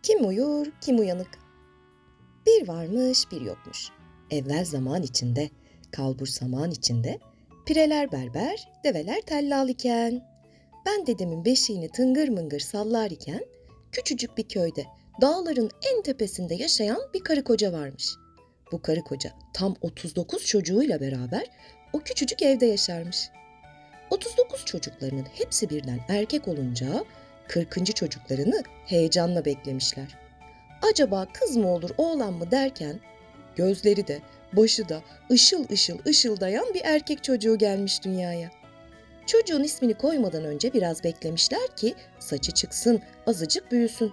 Kim uyur, kim uyanık. Bir varmış, bir yokmuş. Evvel zaman içinde, kalbur saman içinde, pireler berber, develer tellal iken. Ben dedemin beşiğini tıngır mıngır sallar iken, küçücük bir köyde, dağların en tepesinde yaşayan bir karı koca varmış. Bu karı koca tam 39 çocuğuyla beraber o küçücük evde yaşarmış. 39 çocuklarının hepsi birden erkek olunca 40. çocuklarını heyecanla beklemişler. Acaba kız mı olur oğlan mı derken gözleri de başı da ışıl ışıl ışıldayan bir erkek çocuğu gelmiş dünyaya. Çocuğun ismini koymadan önce biraz beklemişler ki saçı çıksın, azıcık büyüsün.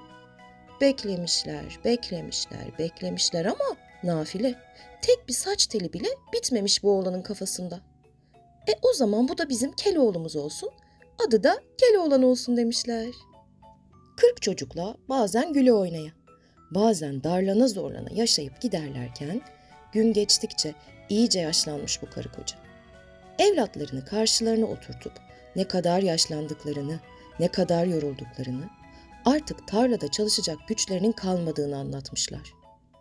Beklemişler ama nafile. Tek bir saç teli bile bitmemiş bu oğlanın kafasında. O zaman bu da bizim Keloğlumuz olsun, adı da Keloğlan olsun demişler. 40 çocukla bazen güle oynaya, bazen darlana zorlana yaşayıp giderlerken gün geçtikçe iyice yaşlanmış bu karı koca. Evlatlarını karşılarına oturtup ne kadar yaşlandıklarını, ne kadar yorulduklarını, artık tarlada çalışacak güçlerinin kalmadığını anlatmışlar.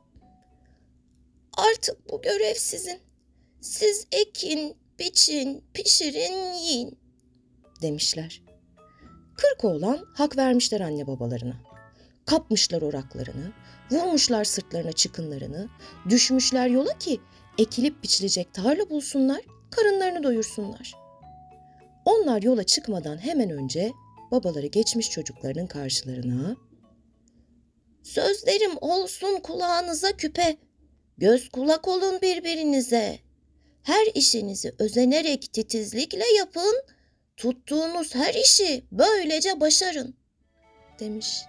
Artık bu görev sizin. Siz ekin, biçin, pişirin, yiyin demişler. 40 oğlan hak vermişler anne babalarına. Kapmışlar oraklarını, vurmuşlar sırtlarına çıkınlarını, düşmüşler yola ki ekilip biçilecek tarla bulsunlar, karınlarını doyursunlar. Onlar yola çıkmadan hemen önce babaları geçmiş çocuklarının karşılarına, "Sözlerim olsun kulağınıza küpe, göz kulak olun birbirinize. Her işinizi özenerek titizlikle yapın, tuttuğunuz her işi böylece başarın," demiş.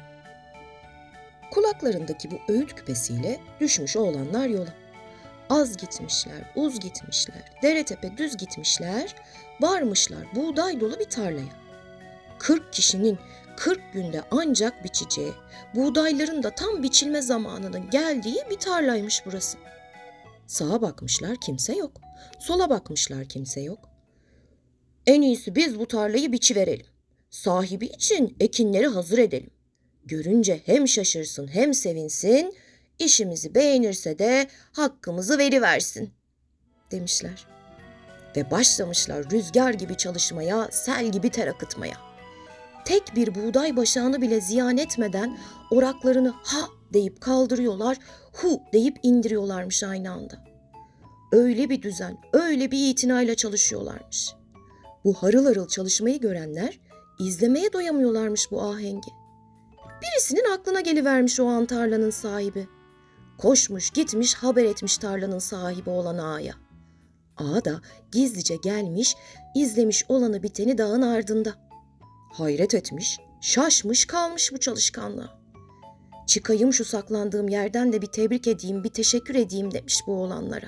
Kulaklarındaki bu öğüt küpesiyle düşmüş oğlanlar yola. Az gitmişler, uz gitmişler, dere tepe düz gitmişler, varmışlar buğday dolu bir tarlaya. 40 kişinin 40 günde ancak biçeceği, buğdayların da tam biçilme zamanının geldiği bir tarlaymış burası. Sağa bakmışlar, kimse yok. Sola bakmışlar, kimse yok. "En iyisi biz bu tarlayı biçiverelim. Sahibi için ekinleri hazır edelim. Görünce hem şaşırsın hem sevinsin, işimizi beğenirse de hakkımızı veriversin," demişler. Ve başlamışlar rüzgar gibi çalışmaya, sel gibi ter akıtmaya. Tek bir buğday başağını bile ziyan etmeden oraklarını ha deyip kaldırıyorlar, hu deyip indiriyorlarmış aynı anda. Öyle bir düzen, öyle bir itinayla çalışıyorlarmış. Bu harıl harıl çalışmayı görenler izlemeye doyamıyorlarmış bu ahengi. Birisinin aklına gelivermiş o an tarlanın sahibi. Koşmuş gitmiş haber etmiş tarlanın sahibi olan ağaya. Ağa da gizlice gelmiş, izlemiş olanı biteni dağın ardında. Hayret etmiş, şaşmış kalmış bu çalışkanlığa. "Çıkayım şu saklandığım yerden de bir tebrik edeyim, bir teşekkür edeyim," demiş bu oğlanlara.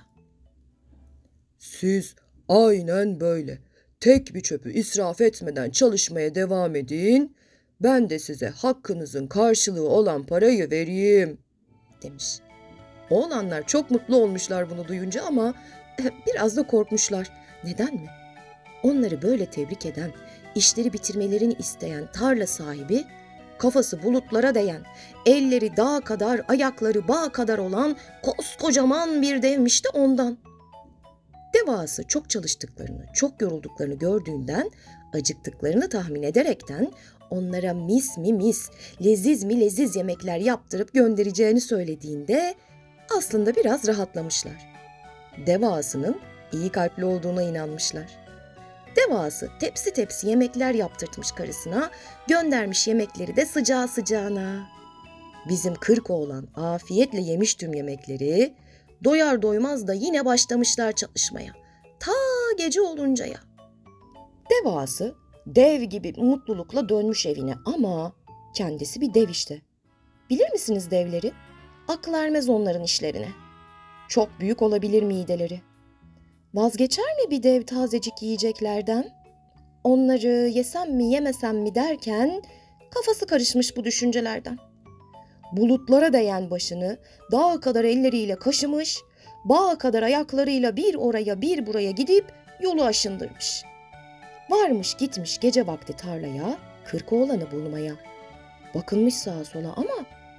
"Siz aynen böyle tek bir çöpü israf etmeden çalışmaya devam edin. Ben de size hakkınızın karşılığı olan parayı vereyim," demiş. Oğlanlar çok mutlu olmuşlar bunu duyunca ama biraz da korkmuşlar. Neden mi? Onları böyle tebrik eden, işleri bitirmelerini isteyen tarla sahibi, kafası bulutlara değen, elleri dağ kadar, ayakları bağ kadar olan koskocaman bir devmiş de ondan. Devası çok çalıştıklarını, çok yorulduklarını gördüğünden, acıktıklarını tahmin ederekten onlara mis mi mis, leziz mi leziz yemekler yaptırıp göndereceğini söylediğinde aslında biraz rahatlamışlar. Devasının iyi kalpli olduğuna inanmışlar. Devası tepsi tepsi yemekler yaptırtmış karısına, göndermiş yemekleri de sıcağı sıcağına. Bizim 40 oğlan afiyetle yemiş tüm yemekleri, doyar doymaz da yine başlamışlar çalışmaya. Ta gece oluncaya. Devası dev gibi mutlulukla dönmüş evine ama kendisi bir dev işte. Bilir misiniz devleri? Akıl ermez onların işlerine. Çok büyük olabilir mideleri. Vazgeçer mi bir dev tazecik yiyeceklerden? Onları yesem mi yemesem mi derken kafası karışmış bu düşüncelerden. Bulutlara değen başını dağ kadar elleriyle kaşımış, bağ kadar ayaklarıyla bir oraya bir buraya gidip yolu aşındırmış. Varmış gitmiş gece vakti tarlaya, 40 oğlanı bulmaya. Bakınmış sağa sola ama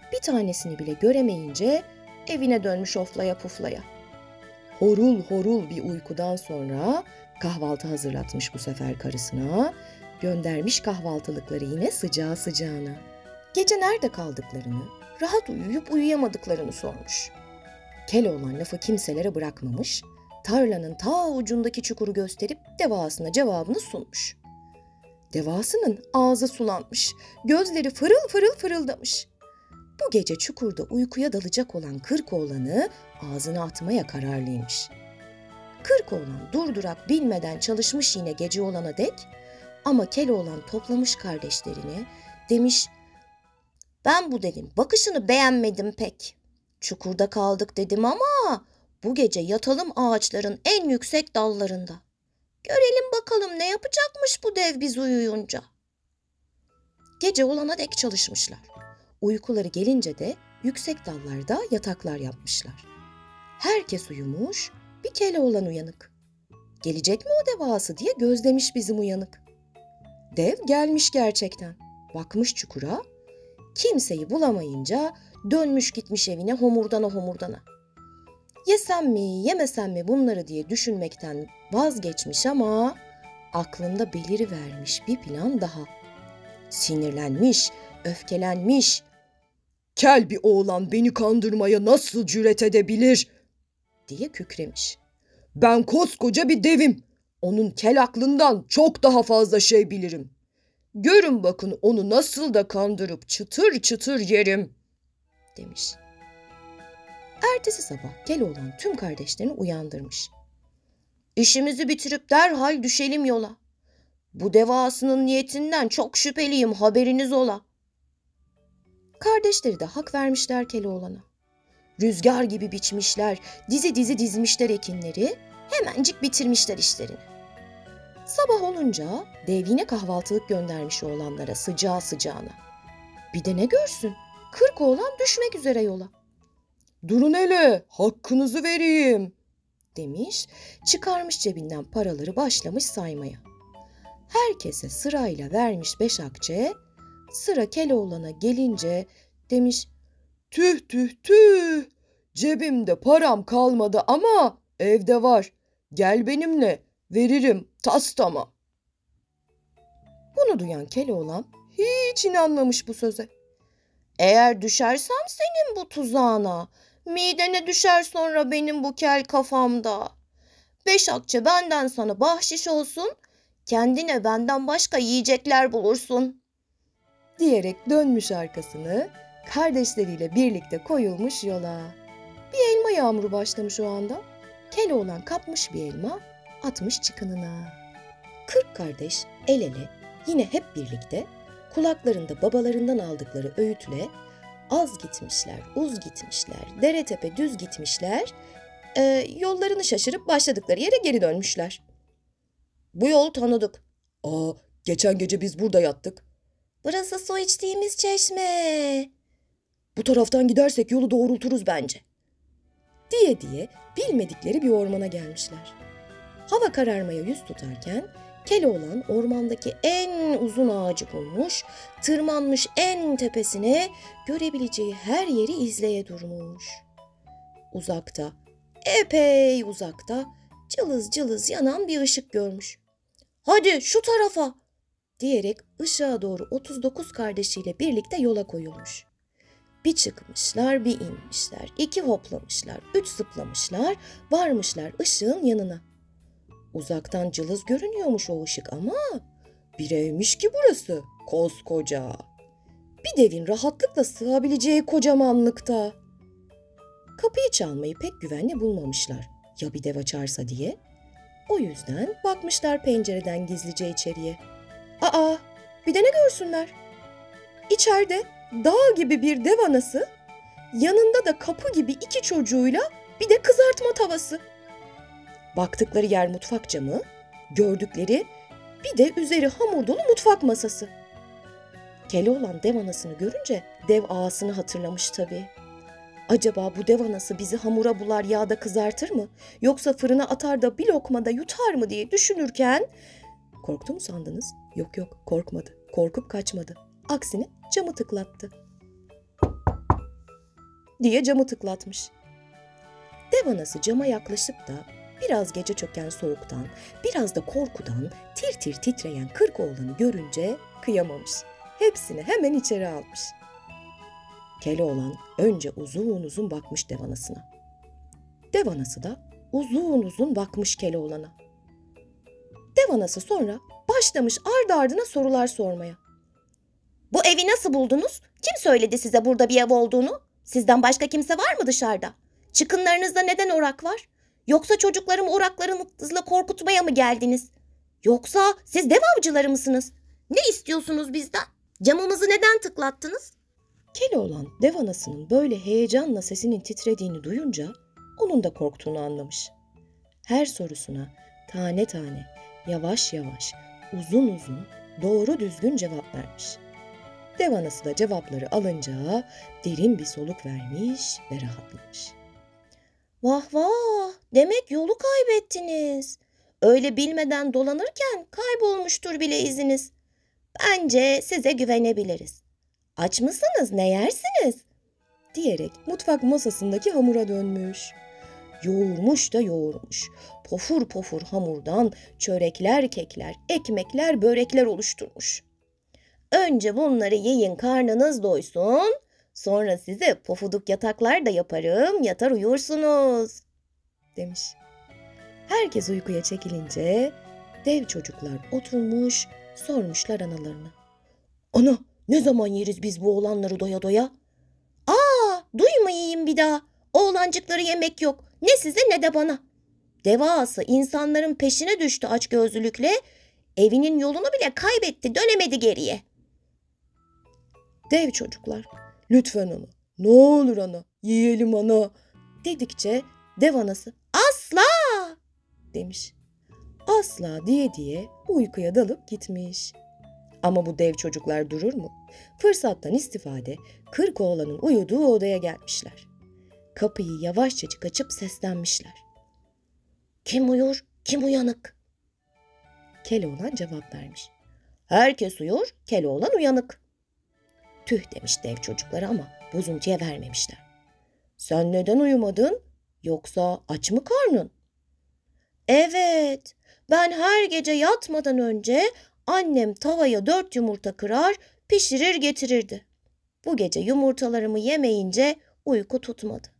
Bir tanesini bile göremeyince evine dönmüş oflaya puflaya. Horul horul bir uykudan sonra kahvaltı hazırlatmış bu sefer karısına, göndermiş kahvaltılıkları yine sıcağı sıcağına. Gece nerede kaldıklarını, rahat uyuyup uyuyamadıklarını sormuş. Keloğlan lafı kimselere bırakmamış, tarlanın ta ucundaki çukuru gösterip devasına cevabını sunmuş. Devasının ağzı sulanmış, gözleri fırıl fırıl fırıldamış. Bu gece çukurda uykuya dalacak olan Kırkoğlan'ı ağzına atmaya kararlıymış. Kırkoğlan durdurak bilmeden çalışmış yine gece olana dek, ama Keloğlan toplamış kardeşlerini, demiş, ben bu dedim bakışını beğenmedim pek. Çukurda kaldık dedim ama bu gece yatalım ağaçların en yüksek dallarında. Görelim bakalım ne yapacakmış bu dev biz uyuyunca. Gece olana dek çalışmışlar. Uykuları gelince de yüksek dallarda yataklar yapmışlar. Herkes uyumuş, bir Keloğlan uyanık. Gelecek mi o devası diye gözlemiş bizim uyanık. Dev gelmiş gerçekten. Bakmış çukura, kimseyi bulamayınca dönmüş gitmiş evine homurdana homurdana. Yesem mi yemesem mi bunları diye düşünmekten vazgeçmiş ama aklında belirivermiş bir plan daha. Sinirlenmiş, öfkelenmiş. Kel bir oğlan beni kandırmaya nasıl cüret edebilir diye kükremiş. Ben koskoca bir devim. Onun kel aklından çok daha fazla şey bilirim. Görün bakın onu nasıl da kandırıp çıtır çıtır yerim demiş. Ertesi sabah Keloğlan tüm kardeşlerini uyandırmış. İşimizi bitirip derhal düşelim yola. Bu devasının niyetinden çok şüpheliyim, haberiniz ola. Kardeşleri de hak vermişler Keloğlan'a. Rüzgar gibi biçmişler, dizi dizi dizmişler ekinleri, hemencik bitirmişler işlerini. Sabah olunca dev yine kahvaltılık göndermiş oğlanlara sıcağı sıcağına. Bir de ne görsün, 40 oğlan düşmek üzere yola. Durun hele, hakkınızı vereyim demiş, çıkarmış cebinden paraları başlamış saymaya. Herkese sırayla vermiş 5 akçe, sıra Keloğlan'a gelince demiş, tüh tüh tüh, cebimde param kalmadı ama evde var, gel benimle, veririm tas tamam. Bunu duyan Keloğlan hiç inanmamış bu söze. Eğer düşersem senin bu tuzağına, midene düşer sonra benim bu kel kafamda. 5 akçe benden sana bahşiş olsun, kendine benden başka yiyecekler bulursun diyerek dönmüş arkasını, kardeşleriyle birlikte koyulmuş yola. Bir elma yağmuru başlamış o anda. Keloğlan kapmış bir elma, atmış çıkınına. 40 kardeş el ele yine hep birlikte kulaklarında babalarından aldıkları öğütle az gitmişler, uz gitmişler, dere tepe düz gitmişler, yollarını şaşırıp başladıkları yere geri dönmüşler. Bu yolu tanıdık. Geçen gece biz burada yattık. Burası su içtiğimiz çeşme. Bu taraftan gidersek yolu doğrulturuz bence. Diye bilmedikleri bir ormana gelmişler. Hava kararmaya yüz tutarken Keloğlan ormandaki en uzun ağacı bulmuş, tırmanmış en tepesine, görebileceği her yeri izleye durmuş. Uzakta, epey uzakta, cılız cılız yanan bir ışık görmüş. Hadi şu tarafa diyerek ışığa doğru 39 kardeşiyle birlikte yola koyulmuş. Bir çıkmışlar, bir inmişler, 2 hoplamışlar, 3 zıplamışlar, varmışlar ışığın yanına. Uzaktan cılız görünüyormuş o ışık ama bir evmiş ki burası, koskoca. Bir devin rahatlıkla sığabileceği kocamanlıkta. Kapıyı çalmayı pek güvenli bulmamışlar, ya bir dev açarsa diye. O yüzden bakmışlar pencereden gizlice içeriye. Bir de ne görsünler? İçeride dağ gibi bir dev anası, yanında da kapı gibi 2 çocuğuyla bir de kızartma tavası. Baktıkları yer mutfak camı, gördükleri bir de üzeri hamur dolu mutfak masası. Keloğlan dev anasını görünce dev ağasını hatırlamış tabii. Acaba bu dev anası bizi hamura bular yağda kızartır mı? Yoksa fırına atar da bir lokmada yutar mı diye düşünürken... Korktu mu sandınız? Yok, korkmadı. Korkup kaçmadı. Aksine camı tıklattı. diye camı tıklatmış. Dev anası cama yaklaşıp da biraz gece çöken soğuktan, biraz da korkudan tir tir titreyen 40 oğlanı görünce kıyamamış. Hepsini hemen içeri almış. Keloğlan önce uzun uzun bakmış dev anasına. Dev anası da uzun uzun bakmış Keloğlan'a. Dev anası sonra başlamış ardı ardına sorular sormaya. Bu evi nasıl buldunuz? Kim söyledi size burada bir ev olduğunu? Sizden başka kimse var mı dışarıda? Çıkınlarınızda neden orak var? Yoksa çocuklarımı oraklarınızla korkutmaya mı geldiniz? Yoksa siz dev avcıları mısınız? Ne istiyorsunuz bizden? Camımızı neden tıklattınız? Keloğlan dev anasının böyle heyecanla sesinin titrediğini duyunca onun da korktuğunu anlamış. Her sorusuna tane tane, yavaş yavaş, uzun uzun, doğru düzgün cevap vermiş. Dev anası da cevapları alınca derin bir soluk vermiş ve rahatlamış. Vah vah, demek yolu kaybettiniz. Öyle bilmeden dolanırken kaybolmuştur bile iziniz. Bence size güvenebiliriz. Aç mısınız, ne yersiniz? Diyerek mutfak masasındaki hamura dönmüş. Yoğurmuş da yoğurmuş. Pofur pofur hamurdan çörekler, kekler, ekmekler, börekler oluşturmuş. Önce bunları yiyin, karnınız doysun. Sonra size pofuduk yataklar da yaparım, yatar uyursunuz, demiş. Herkes uykuya çekilince dev çocuklar oturmuş, sormuşlar analarına. Ana, ne zaman yeriz biz bu oğlanları doya doya? Duymayayım bir daha. Oğlancıkları yemek yok. Ne size ne de bana. Devası insanların peşine düştü açgözlülükle. Evinin yolunu bile kaybetti, dönemedi geriye. Dev çocuklar, lütfen ana, ne olur ana, yiyelim ana, dedikçe dev anası asla demiş. Asla diye diye uykuya dalıp gitmiş. Ama bu dev çocuklar durur mu? Fırsattan istifade 40 oğlanın uyuduğu odaya gelmişler. Kapıyı yavaşçacık açıp seslenmişler. Kim uyur, kim uyanık? Keloğlan cevap vermiş. Herkes uyur, Keloğlan uyanık. Tüh demiş dev çocukları ama bozuntuya vermemişler. Sen neden uyumadın? Yoksa aç mı karnın? Evet, ben her gece yatmadan önce annem tavaya 4 yumurta kırar, pişirir getirirdi. Bu gece yumurtalarımı yemeyince uyku tutmadı.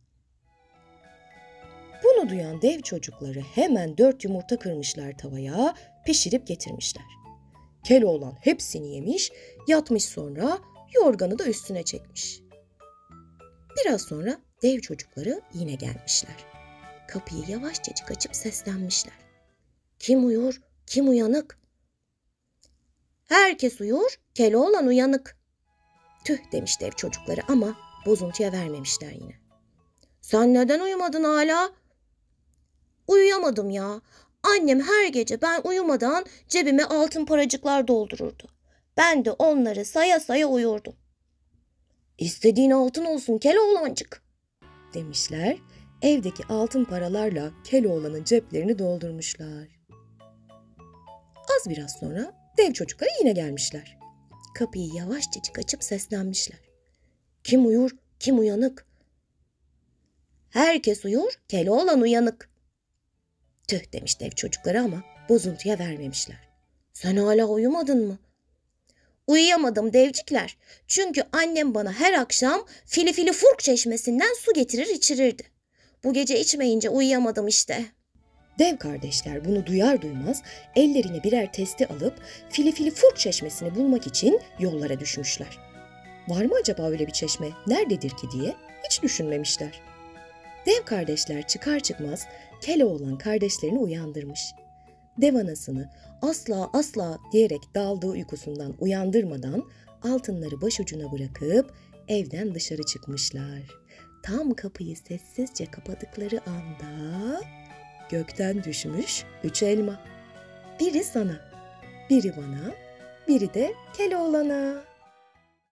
Bunu duyan dev çocukları hemen 4 yumurta kırmışlar tavaya, pişirip getirmişler. Keloğlan hepsini yemiş, yatmış sonra yorganı da üstüne çekmiş. Biraz sonra dev çocukları yine gelmişler. Kapıyı yavaşçacık açıp seslenmişler. Kim uyur, kim uyanık? Herkes uyur, Keloğlan uyanık. Tüh demiş dev çocukları ama bozuntuya vermemişler yine. Sen neden uyumadın hala? Uyuyamadım ya. Annem her gece ben uyumadan cebime altın paracıklar doldururdu. Ben de onları saya saya uyurdum. İstediğin altın olsun Keloğlancık, demişler. Evdeki altın paralarla Keloğlan'ın ceplerini doldurmuşlar. Az biraz sonra dev çocukları yine gelmişler. Kapıyı yavaşçacık açıp seslenmişler. Kim uyur, kim uyanık? Herkes uyur, Keloğlan uyanık. Tüh demiş dev çocukları ama bozuntuya vermemişler. Sen hala uyumadın mı? Uyuyamadım devcikler. Çünkü annem bana her akşam Fili Fili Furk çeşmesinden su getirir içirirdi. Bu gece içmeyince uyuyamadım işte. Dev kardeşler bunu duyar duymaz ellerine birer testi alıp Fili Fili Furk çeşmesini bulmak için yollara düşmüşler. Var mı acaba öyle bir çeşme, nerededir ki diye hiç düşünmemişler. Dev kardeşler çıkar çıkmaz Keloğlan kardeşlerini uyandırmış. Dev anasını asla asla diyerek daldığı uykusundan uyandırmadan altınları başucuna bırakıp evden dışarı çıkmışlar. Tam kapıyı sessizce kapadıkları anda gökten düşmüş 3 elma. Biri sana, biri bana, biri de Keloğlan'a.